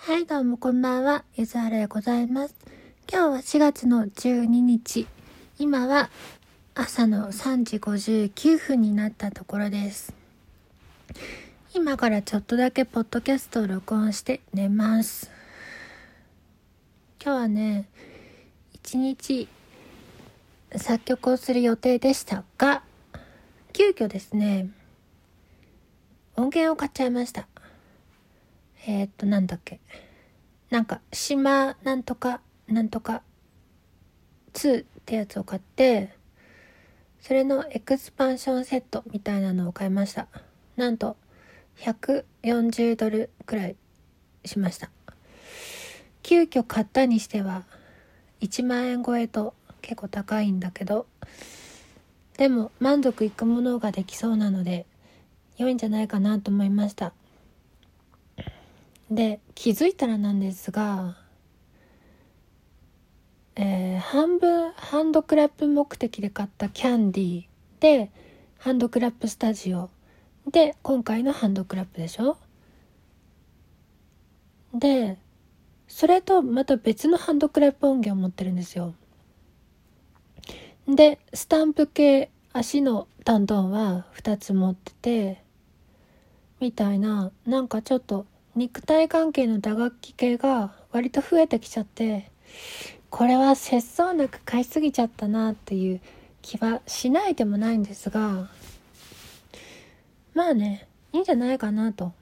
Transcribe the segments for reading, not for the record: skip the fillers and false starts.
はいどうもこんばんは、ゆずはるでございます。今日は4月の12日、今は朝の3時59分になったところです。今からちょっとだけポッドキャストを録音して寝ます。今日はね、一日作曲をする予定でしたが、急遽ですね、音源を買っちゃいました。なんだっけ、島なんとかなんとか2ってやつを買って、それのエクスパンションセットみたいなのを買いました。なんと140ドルくらいしました。急遽買ったにしては1万円超えと結構高いんだけど、でも満足いくものができそうなので良いんじゃないかなと思いました。で、気づいたらなんですが、半分ハンドクラップ目的で買ったキャンディーでハンドクラップスタジオで今回のハンドクラップでしょ。でそれとまた別のハンドクラップ音源を持ってるんですよ。でスタンプ系足のタントンは2つ持っててみたいな、なんかちょっと肉体関係の打楽器系が割と増えてきちゃって、これは節操なく買いすぎちゃったなっていう気はしないでもないんですが、まあね、いいんじゃないかなと。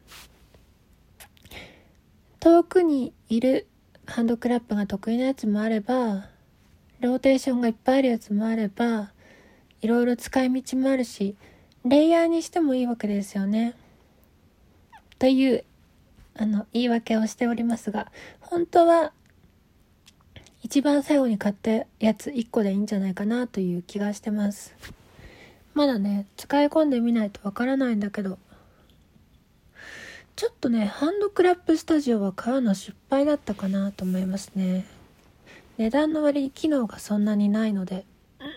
遠くにいるハンドクラップが得意なやつもあれば、ローテーションがいっぱいあるやつもあれば、いろいろ使い道もあるし、レイヤーにしてもいいわけですよねという言い訳をしておりますが、本当は一番最後に買ったやつ1個でいいんじゃないかなという気がしてます。まだね、使い込んでみないとわからないんだけど、ちょっとね、ハンドクラップスタジオは買うの失敗だったかなと思いますね。値段の割に機能がそんなにないので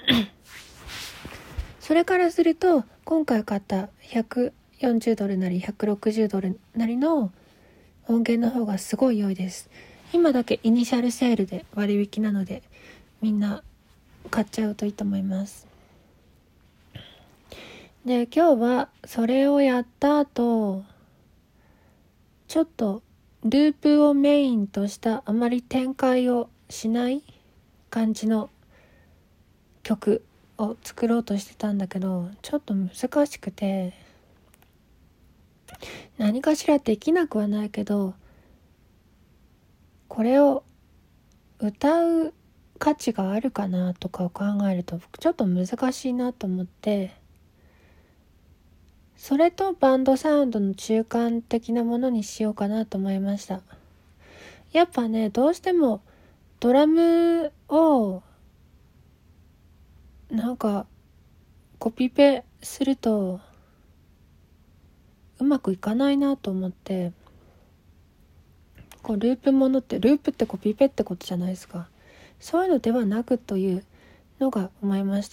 それからすると今回買った140ドルなり160ドルなりの音源の方がすごい良いです。今だけイニシャルセールで割引なのでみんな買っちゃうといいと思います。で、今日はそれをやった後、ちょっとループをメインとしたあまり展開をしない感じの曲を作ろうとしてたんだけど、ちょっと難しくて、何かしらできなくはないけど、これを歌う価値があるかなとかを考えるとちょっと難しいなと思って、それとバンドサウンドの中間的なものにしようかなと思いました。やっぱね、どうしてもドラムをなんかコピペするとうまくいかないなと思って、こうループものってループってコピペってことじゃないですか。そういうのではなくというのが思いました。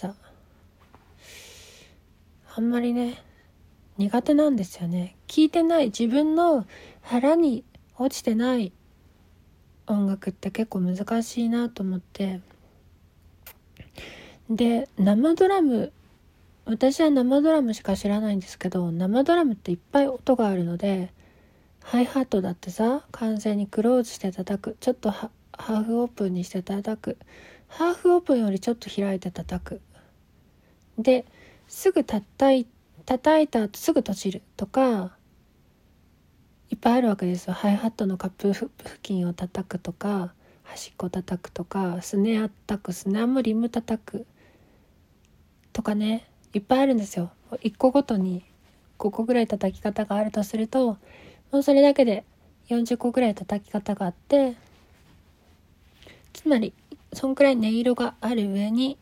あんまりね、苦手なんですよね。聞いてない、自分の腹に落ちてない音楽って結構難しいなと思って、で生ドラム、私は生ドラムしか知らないんですけど、生ドラムっていっぱい音があるので、ハイハットだってさ、完全にクローズして叩く、ちょっとハーフオープンにして叩く、ハーフオープンよりちょっと開いて叩く、ですぐ叩いた後すぐ閉じるとかいっぱいあるわけですよ。ハイハットのカップ付近を叩くとか、端っこ叩くとか、スネア叩く、スネアもリム叩くとかね、いっぱいあるんですよ。1個ごとに5個ぐらい叩き方があるとすると、もうそれだけで40個ぐらい叩き方があって、つまりそんくらい音色がある上に、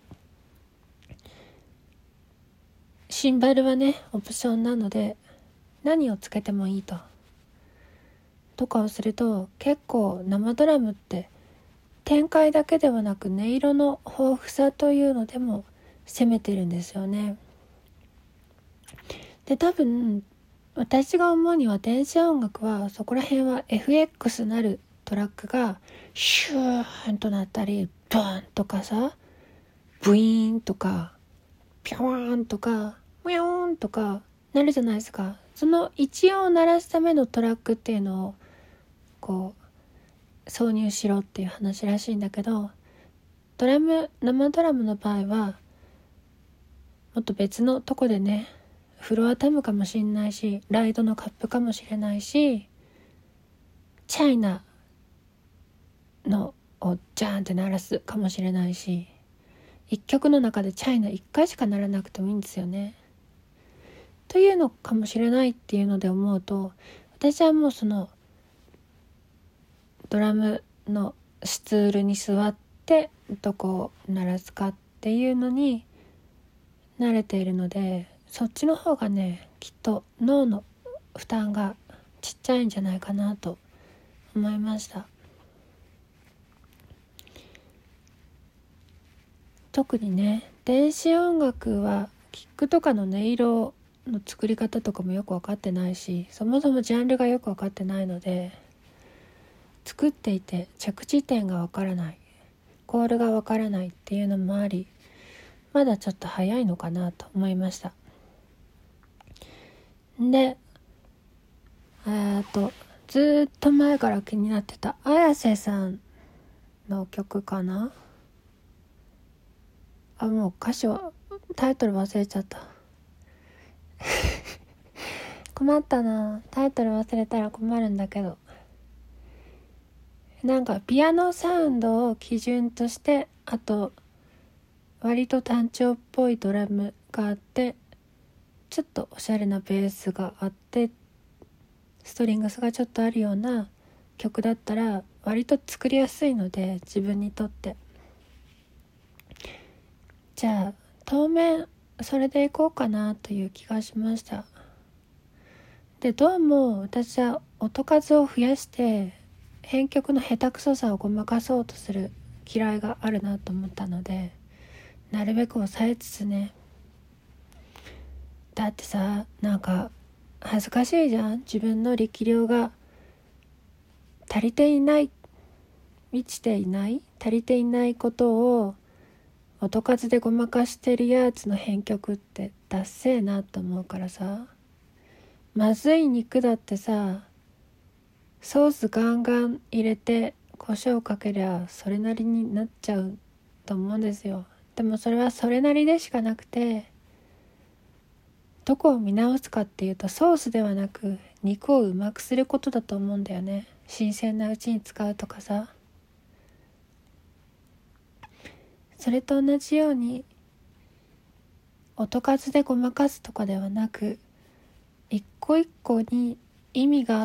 シンバルはねオプションなので何をつけてもいいとかをすると、結構生ドラムって展開だけではなく音色の豊富さというのでも攻めてるんですよね。で、多分私が思うには電子音楽はそこら辺は FX なるトラックがシューンとなったりドーンとかさ、ブイーンとかピョワーンとかミョーンとかなるじゃないですか。その一音を鳴らすためのトラックっていうのをこう挿入しろっていう話らしいんだけど、生ドラムの場合はもっと別のとこでね、フロアタムかもしれないし、ライドのカップかもしれないし、チャイナのをジャーンって鳴らすかもしれないし、一曲の中でチャイナ1回しか鳴らなくてもいいんですよね。というのかもしれないっていうので思うと、私はもうそのドラムのスツールに座ってどこを鳴らすかっていうのに慣れているので、そっちの方がね、きっと脳の負担がちっちゃいんじゃないかなと思いました。特にね、電子音楽はキックとかの音色の作り方とかもよく分かってないし、そもそもジャンルがよく分かってないので、作っていて着地点が分からない、コールが分からないっていうのもあり、まだちょっと早いのかなと思いました。で、ずっと前から気になってた綾瀬さんの曲かな。もう歌詞はタイトル忘れちゃった困ったな、タイトル忘れたら困るんだけど、なんかピアノサウンドを基準として、あと割と単調っぽいドラムがあって、ちょっとおしゃれなベースがあって、ストリングスがちょっとあるような曲だったら割と作りやすいので、自分にとって。じゃあ当面それでいこうかなという気がしました。で、どうも私は音数を増やして編曲の下手くそさをごまかそうとする嫌いがあるなと思ったので、なるべく抑えつつね。だってさ、なんか恥ずかしいじゃん、自分の力量が足りていない、満ちていない、足りていないことを音数でごまかしてるやつの編曲ってダッセーなと思うからさ。まずい肉だってさ、ソースガンガン入れて胡椒かけりゃそれなりになっちゃうと思うんですよ。でもそれはそれなりでしかなくて、どこを見直すかっていうと、ソースではなく肉をうまくすることだと思うんだよね。新鮮なうちに使うとかさ。それと同じように、音数でごまかすとかではなく、一個一個に意味があって、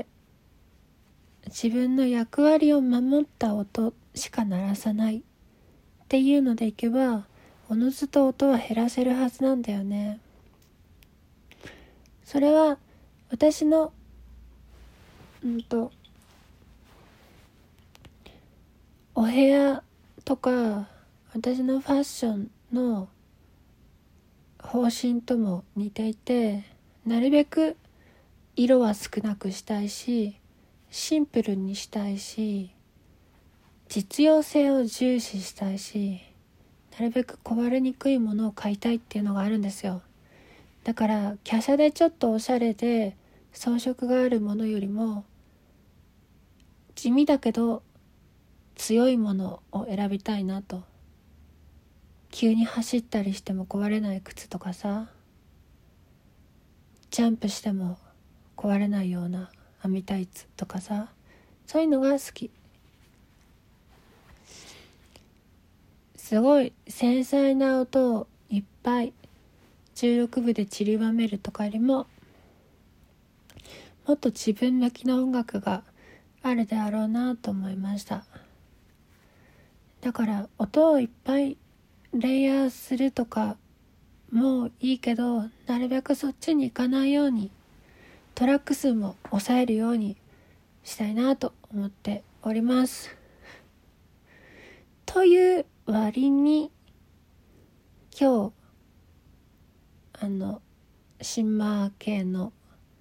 自分の役割を守った音しか鳴らさないっていうのでいけば、おのずと音は減らせるはずなんだよね。それは私のお部屋とか私のファッションの方針とも似ていて、なるべく色は少なくしたいし、シンプルにしたいし、実用性を重視したいし、なるべく壊れにくいものを買いたいっていうのがあるんですよ。だから華奢でちょっとおしゃれで装飾があるものよりも、地味だけど強いものを選びたいなと。急に走ったりしても壊れない靴とかさ、ジャンプしても壊れないような網タイツとかさ、そういうのが好き。すごい繊細な音をいっぱい16分で散りばめるとかよりも、もっと自分向きの音楽があるであろうなと思いました。だから音をいっぱいレイヤーするとかもいいけど、なるべくそっちに行かないように、トラック数も抑えるようにしたいなと思っております。という割に、今日シンマー系の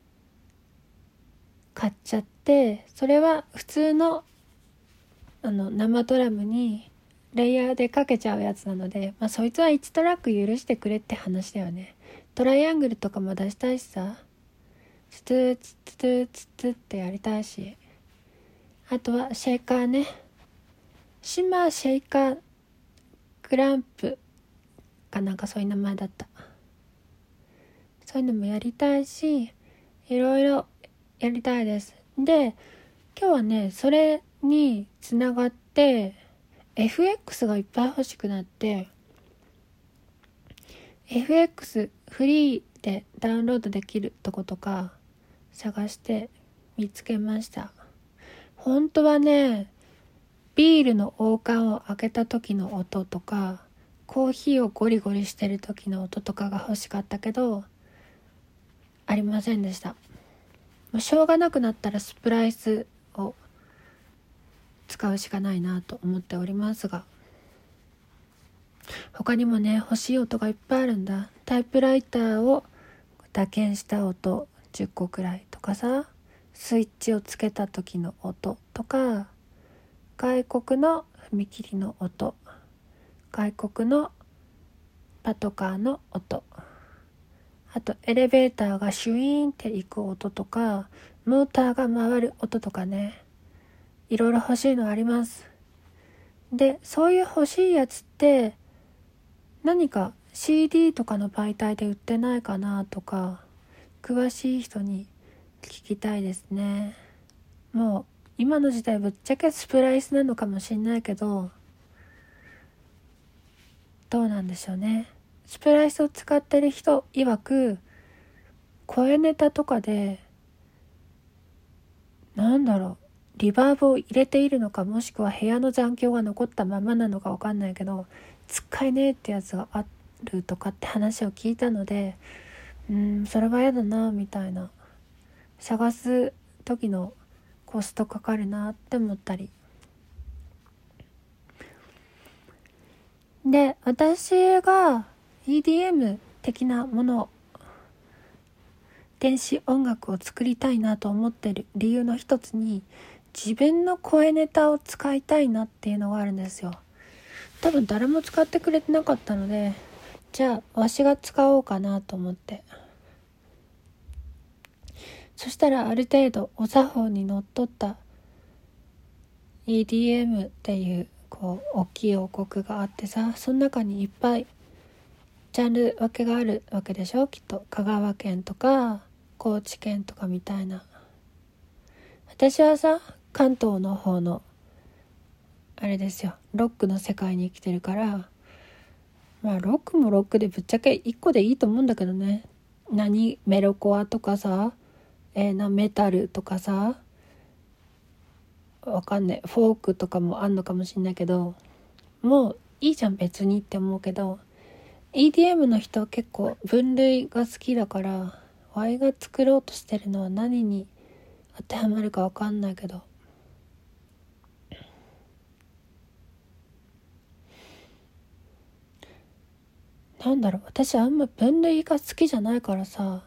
買っちゃって、それは普通の生ドラムにレイヤーでかけちゃうやつなので、そいつは1トラック許してくれって話だよね。トライアングルとかも出したいしさ、ツツツツツツってやりたいし、あとはシェイカーね、シェイカーグランプかなんかそういう名前だった。そういうのもやりたいし、いろいろやりたいです。で、今日はね、それにつながって FX がいっぱい欲しくなって、 FX フリーでダウンロードできるとことか探して見つけました。本当はね、ビールの王冠を開けた時の音とか、コーヒーをゴリゴリしてる時の音とかが欲しかったけど、ありませんでした。もうしょうがなくなったらスプライスを使うしかないなと思っておりますが、他にもね、欲しい音がいっぱいあるんだ。タイプライターを打鍵した音10個くらいとかさ、スイッチをつけた時の音とか、外国の踏切の音、外国のパトカーの音、あとエレベーターがシュイーンって行く音とか、モーターが回る音とかね、いろいろ欲しいのあります。で、そういう欲しいやつって何か CD とかの媒体で売ってないかなとか、詳しい人に聞きたいですね。もう今の時代ぶっちゃけスプライスなのかもしんないけど、どうなんでしょうね。スプライスを使ってる人曰く、声ネタとかでリバーブを入れているのか、もしくは部屋の残響が残ったままなのか分かんないけど、使えねえってやつがあるとかって話を聞いたので、それは嫌だなみたいな、探す時のコストかかるなって思ったりで、私が EDM 的なもの、電子音楽を作りたいなと思ってる理由の一つに、自分の声ネタを使いたいなっていうのがあるんですよ。多分誰も使ってくれてなかったので、じゃあわしが使おうかなと思って、そしたらある程度お作法にのっとった EDM っていう大きい王国があってさ、その中にいっぱいジャンル分けがあるわけでしょ、きっと。香川県とか高知県とかみたいな。私はさ、関東の方のあれですよ、ロックの世界に生きてるから、ロックもロックでぶっちゃけ一個でいいと思うんだけどね。メロコアとかさ、メタルとかさ、わかんねえ、フォークとかもあんのかもしんないけど、もういいじゃん別にって思うけど、 EDM の人は結構分類が好きだから、ワイが作ろうとしてるのは何に当てはまるかわかんないけど、私あんま分類が好きじゃないからさ、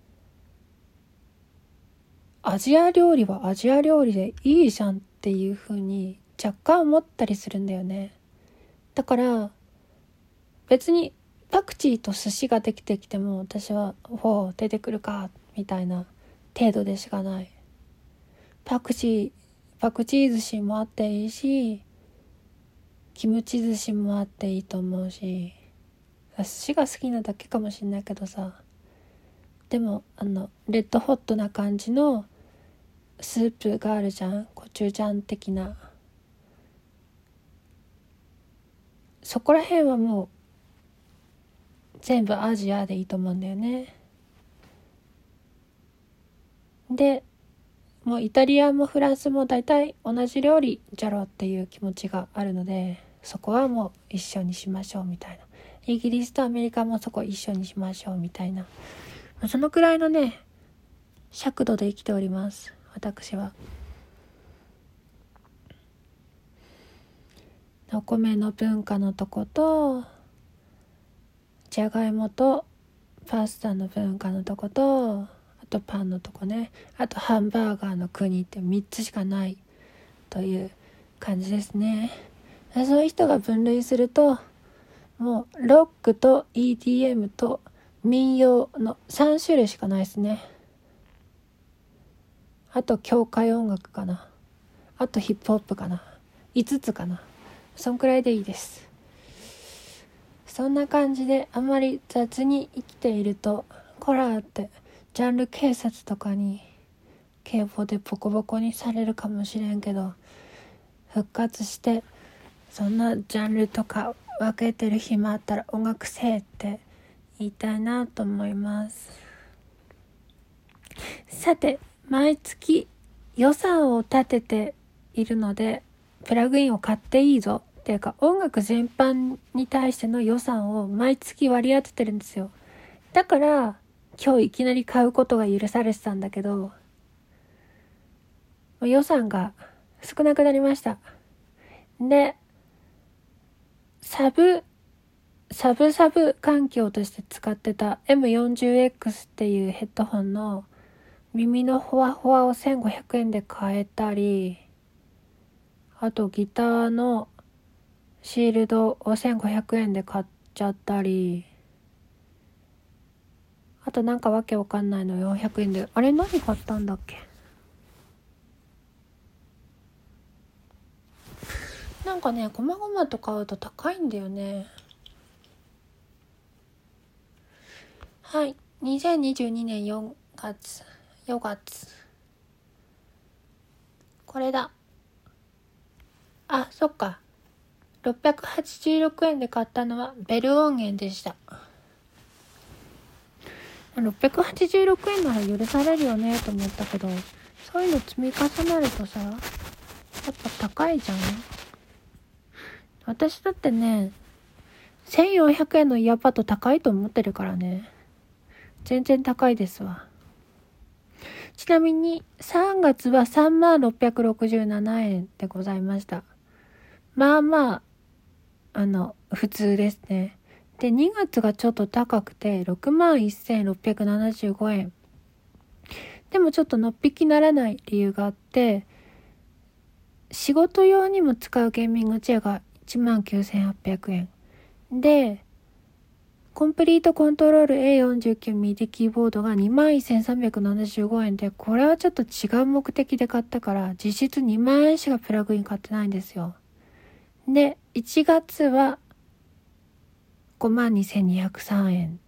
アジア料理はアジア料理でいいじゃんっていう風に若干思ったりするんだよね。だから別にパクチーと寿司ができてきても、私は出てくるかみたいな程度でしかない。パクチー寿司もあっていいし、キムチ寿司もあっていいと思うし、寿司が好きなだけかもしんないけどさ、でもレッドホットな感じのスープがあるじゃん、コチュジャン的な。そこら辺はもう全部アジアでいいと思うんだよね。でもうイタリアもフランスも大体同じ料理じゃろっていう気持ちがあるので、そこはもう一緒にしましょうみたいな。イギリスとアメリカもそこ一緒にしましょうみたいな、そのくらいのね尺度で生きております私は。お米の文化のとこと、じゃがいもとパスタの文化のとこと、あトパンのとこね、あとハンバーガーの国って3つしかないという感じですね。そういう人が分類すると、もうロックと EDM と民謡の3種類しかないですね。あと教会音楽かな、あとヒップホップかな、5つかな、そんくらいでいいです。そんな感じで、あまり雑に生きているとコラーってジャンル警察とかに警棒でボコボコにされるかもしれんけど、復活してそんなジャンルとか分けてる暇あったら音楽せえって言いたいなと思います。さて、毎月予算を立てているので、プラグインを買っていいぞっていうか、音楽全般に対しての予算を毎月割り当ててるんですよ。だから今日いきなり買うことが許されてたんだけど、予算が少なくなりました。で、サブ環境として使ってた M40X っていうヘッドホンの耳のホワホワを1500円で買えたり、あとギターのシールドを1500円で買っちゃったり、あとなんかわけわかんないの400円で、あれ何買ったんだっけ。なんかね、こまごまと買うと高いんだよね。はい、2022年4月これだ。あ、そっか、686円で買ったのはベル音源でした。686円なら許されるよねと思ったけど、そういうの積み重なるとさ、やっぱ高いじゃん。私だってね、1400円のイヤーパッド高いと思ってるからね。全然高いですわ。ちなみに3月は3667円でございました。まあまあ、普通ですね。で、2月がちょっと高くて61,675円。でもちょっとのっぴきならない理由があって、仕事用にも使うゲーミングチェアが19,800円。で、コンプリートコントロール A49 ミディキーボードが21,375円で、これはちょっと違う目的で買ったから、実質2万円しかプラグイン買ってないんですよ。で、1月は52,203円。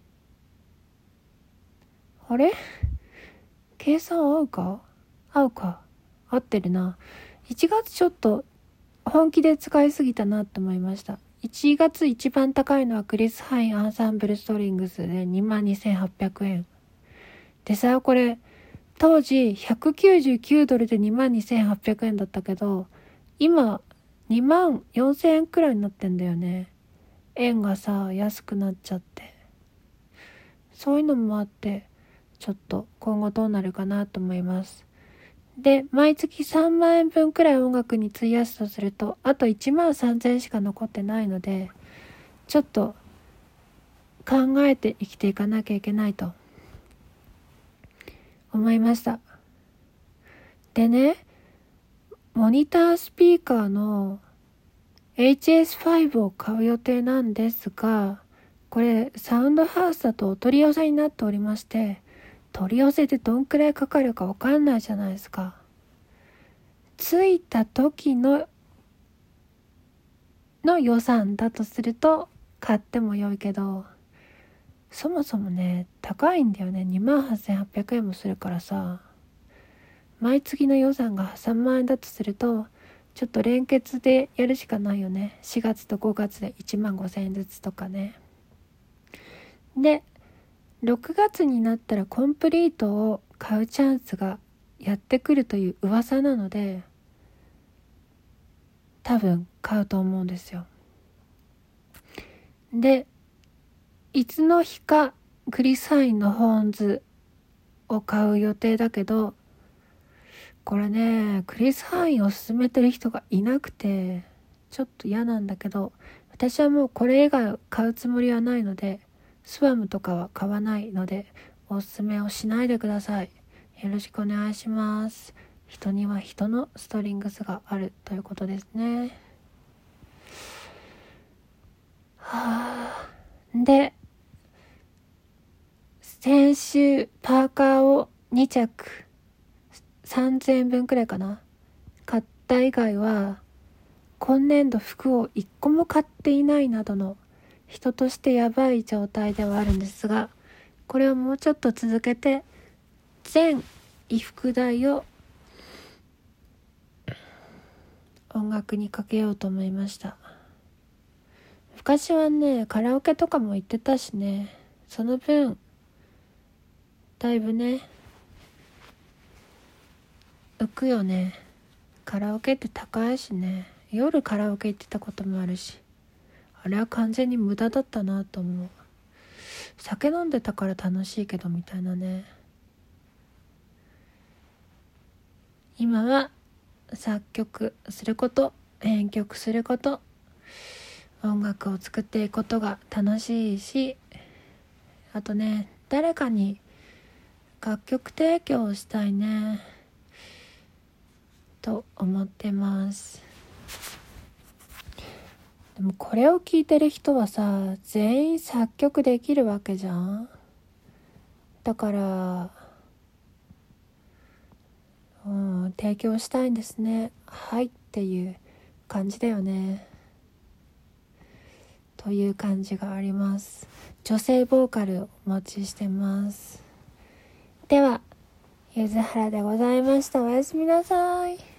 あれ？計算合うか合ってるな。1月ちょっと本気で使いすぎたなって思いました。1月一番高いのはクリス・ハインアンサンブルストリングスで22,800円。でさ、これ当時199ドルで22,800円だったけど、今24,000円くらいになってんだよね。円がさ、安くなっちゃって。そういうのもあって、ちょっと今後どうなるかなと思います。で、毎月3万円分くらい音楽に費やすとすると、あと13,000円しか残ってないので、ちょっと考えて生きていかなきゃいけないと思いました。でね、モニタースピーカーの HS5 を買う予定なんですが、これサウンドハウスだとお取り寄せになっておりまして、取り寄せでどんくらいかかるかわかんないじゃないですか。着いた時の予算だとすると買っても良いけど、そもそもね、高いんだよね。28,800円もするからさ、毎月の予算が3万円だとすると、ちょっと連結でやるしかないよね。4月と5月で15,000円ずつとかね。で、6月になったらコンプリートを買うチャンスがやってくるという噂なので、多分買うと思うんですよ。で、いつの日かクリス・ハインのホーンズを買う予定だけど、これね、クリス・ハインを勧めてる人がいなくてちょっと嫌なんだけど、私はもうこれ以外買うつもりはないので、スワムとかは買わないので、 おすすめをしないでください。よろしくお願いします。人には人のストリングスがあるということですね。で、先週パーカーを2着3000円分くらいかな買った以外は、今年度服を1個も買っていないなどの人としてやばい状態ではあるんですが、これをもうちょっと続けて全衣服代を音楽にかけようと思いました。昔はね、カラオケとかも行ってたしね、その分だいぶね浮くよね。カラオケって高いしね。夜カラオケ行ってたこともあるし、あれは完全に無駄だったなと思う。酒飲んでたから楽しいけどみたいなね。今は作曲すること、編曲すること、音楽を作っていくことが楽しいし、あとね、誰かに楽曲提供をしたいねと思ってます。でもこれを聞いてる人はさ、全員作曲できるわけじゃん。だから提供したいんですね。はいっていう感じだよね。という感じがあります。女性ボーカルお待ちしてます。では、ゆずはらでございました。おやすみなさい。